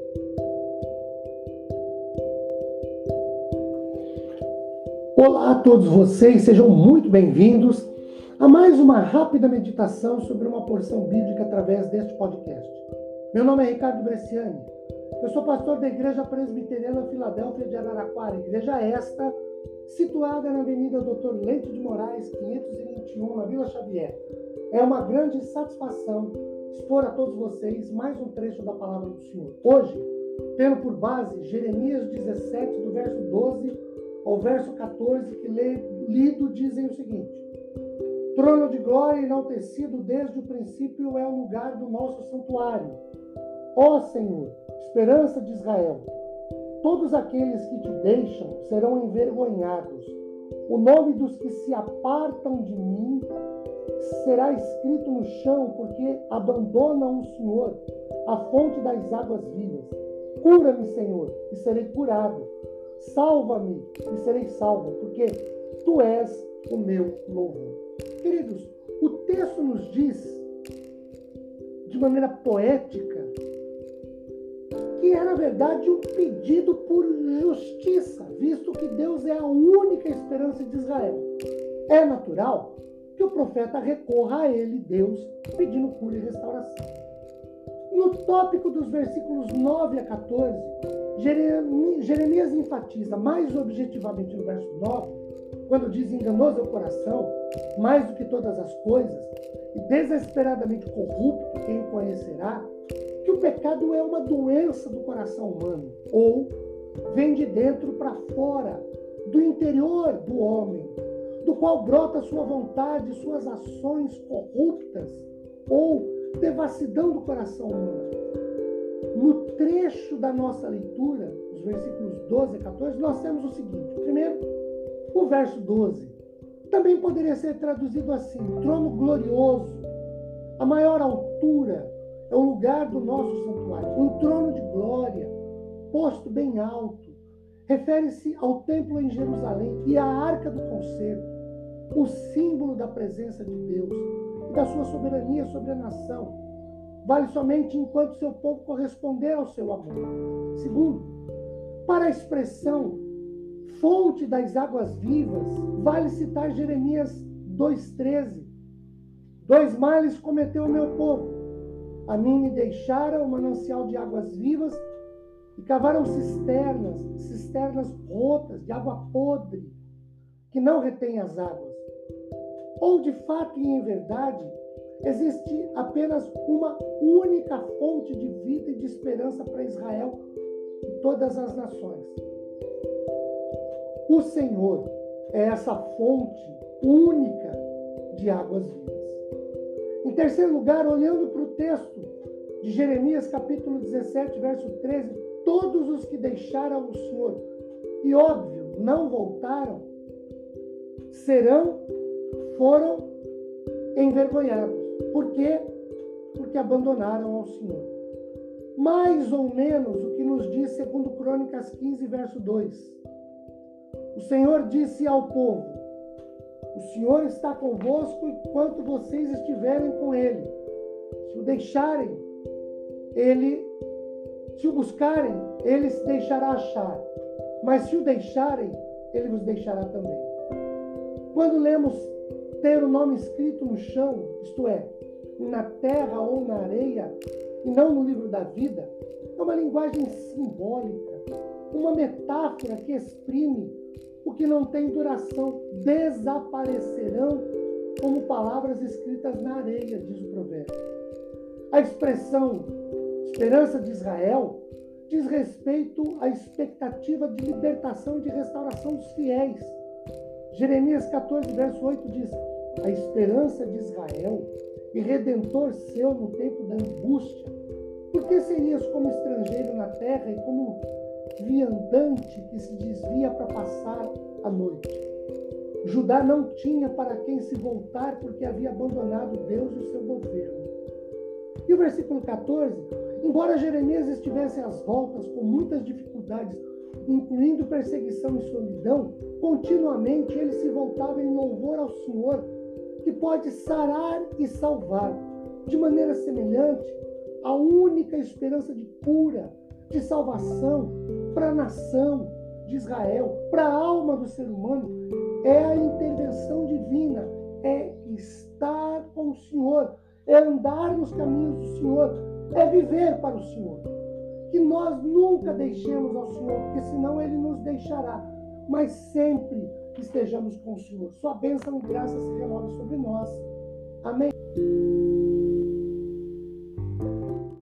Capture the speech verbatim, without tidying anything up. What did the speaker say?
Olá a todos vocês, sejam muito bem-vindos a mais uma rápida meditação sobre uma porção bíblica através deste podcast. Meu nome é Ricardo Bresciani, eu sou pastor da Igreja Presbiteriana Filadélfia de Araraquara, igreja esta situada na Avenida doutor Leite de Moraes, quinhentos e vinte e um, na Vila Xavier. É uma grande satisfação expor a todos vocês mais um trecho da Palavra do Senhor. Hoje, tendo por base Jeremias dezessete, do verso doze ao verso catorze, que lido dizem o seguinte: trono de glória enaltecido desde o princípio é o lugar do nosso santuário. Ó Senhor, esperança de Israel, todos aqueles que te deixam serão envergonhados. O nome dos que se apartam de mim será escrito no chão, porque abandonam o Senhor, a fonte das águas vivas. Cura-me, Senhor, e serei curado. Salva-me e serei salvo, porque tu és o meu louvor. Queridos, o texto nos diz, de maneira poética, que é, na verdade, um pedido por justiça, visto que Deus é a única esperança de Israel. É natural que o profeta recorra a ele, Deus, pedindo cura e restauração. No tópico dos versículos nove a catorze, Jeremias enfatiza mais objetivamente no verso nove, quando diz: enganoso é o coração, mais do que todas as coisas, e desesperadamente corrupto quem o conhecerá, que o pecado é uma doença do coração humano, ou vem de dentro para fora, do interior do homem, do qual brota sua vontade, suas ações corruptas, ou devassidão do coração humano. No trecho da nossa leitura, os versículos doze a catorze, nós temos o seguinte. Primeiro, o verso doze. Também poderia ser traduzido assim: trono glorioso, a maior altura, é o lugar do nosso santuário. Um trono de glória, posto bem alto. Refere-se ao templo em Jerusalém e à arca do concerto, o símbolo da presença de Deus e da sua soberania sobre a nação. Vale somente enquanto seu povo corresponder ao seu amor. Segundo, para a expressão fonte das águas vivas, vale citar Jeremias dois, treze. Dois males cometeu o meu povo. A mim me deixaram o manancial de águas vivas e cavaram cisternas, cisternas rotas de água podre, que não retém as águas. Ou de fato e em verdade, existe apenas uma única fonte de vida e de esperança para Israel e todas as nações. O Senhor é essa fonte única de águas vivas. Em terceiro lugar, olhando para o texto de Jeremias, capítulo dezessete, verso treze, todos os que deixaram o Senhor e, óbvio, não voltaram, serão, foram envergonhados. Por quê? Porque abandonaram ao Senhor. Mais ou menos o que nos diz segundo Crônicas quinze, verso dois. O Senhor disse ao povo: o Senhor está convosco enquanto vocês estiverem com Ele. Se o deixarem, Ele, se o buscarem, Ele se deixará achar. Mas se o deixarem, Ele vos deixará também. Quando lemos ter o nome escrito no chão, isto é, na terra ou na areia, e não no livro da vida, é uma linguagem simbólica, uma metáfora que exprime o que não tem duração. Desaparecerão como palavras escritas na areia, diz o provérbio. A expressão esperança de Israel diz respeito à expectativa de libertação e de restauração dos fiéis. Jeremias catorze, verso oito diz: a esperança de Israel e redentor seu no tempo da angústia. Por que serias como estrangeiro na terra e como viandante que se desvia para passar a noite? Judá não tinha para quem se voltar, porque havia abandonado Deus e o seu governo. E o versículo catorze, embora Jeremias estivesse às voltas com muitas dificuldades, incluindo perseguição e solidão, continuamente ele se voltava em louvor ao Senhor, que pode sarar e salvar. De maneira semelhante, a única esperança de cura, de salvação para a nação de Israel, para a alma do ser humano, é a intervenção divina, é estar com o Senhor, é andar nos caminhos do Senhor, é viver para o Senhor. Que nós nunca deixemos ao Senhor, porque senão Ele nos deixará, mas sempre estejamos com o Senhor. Sua bênção e graça se renova sobre nós. Amém.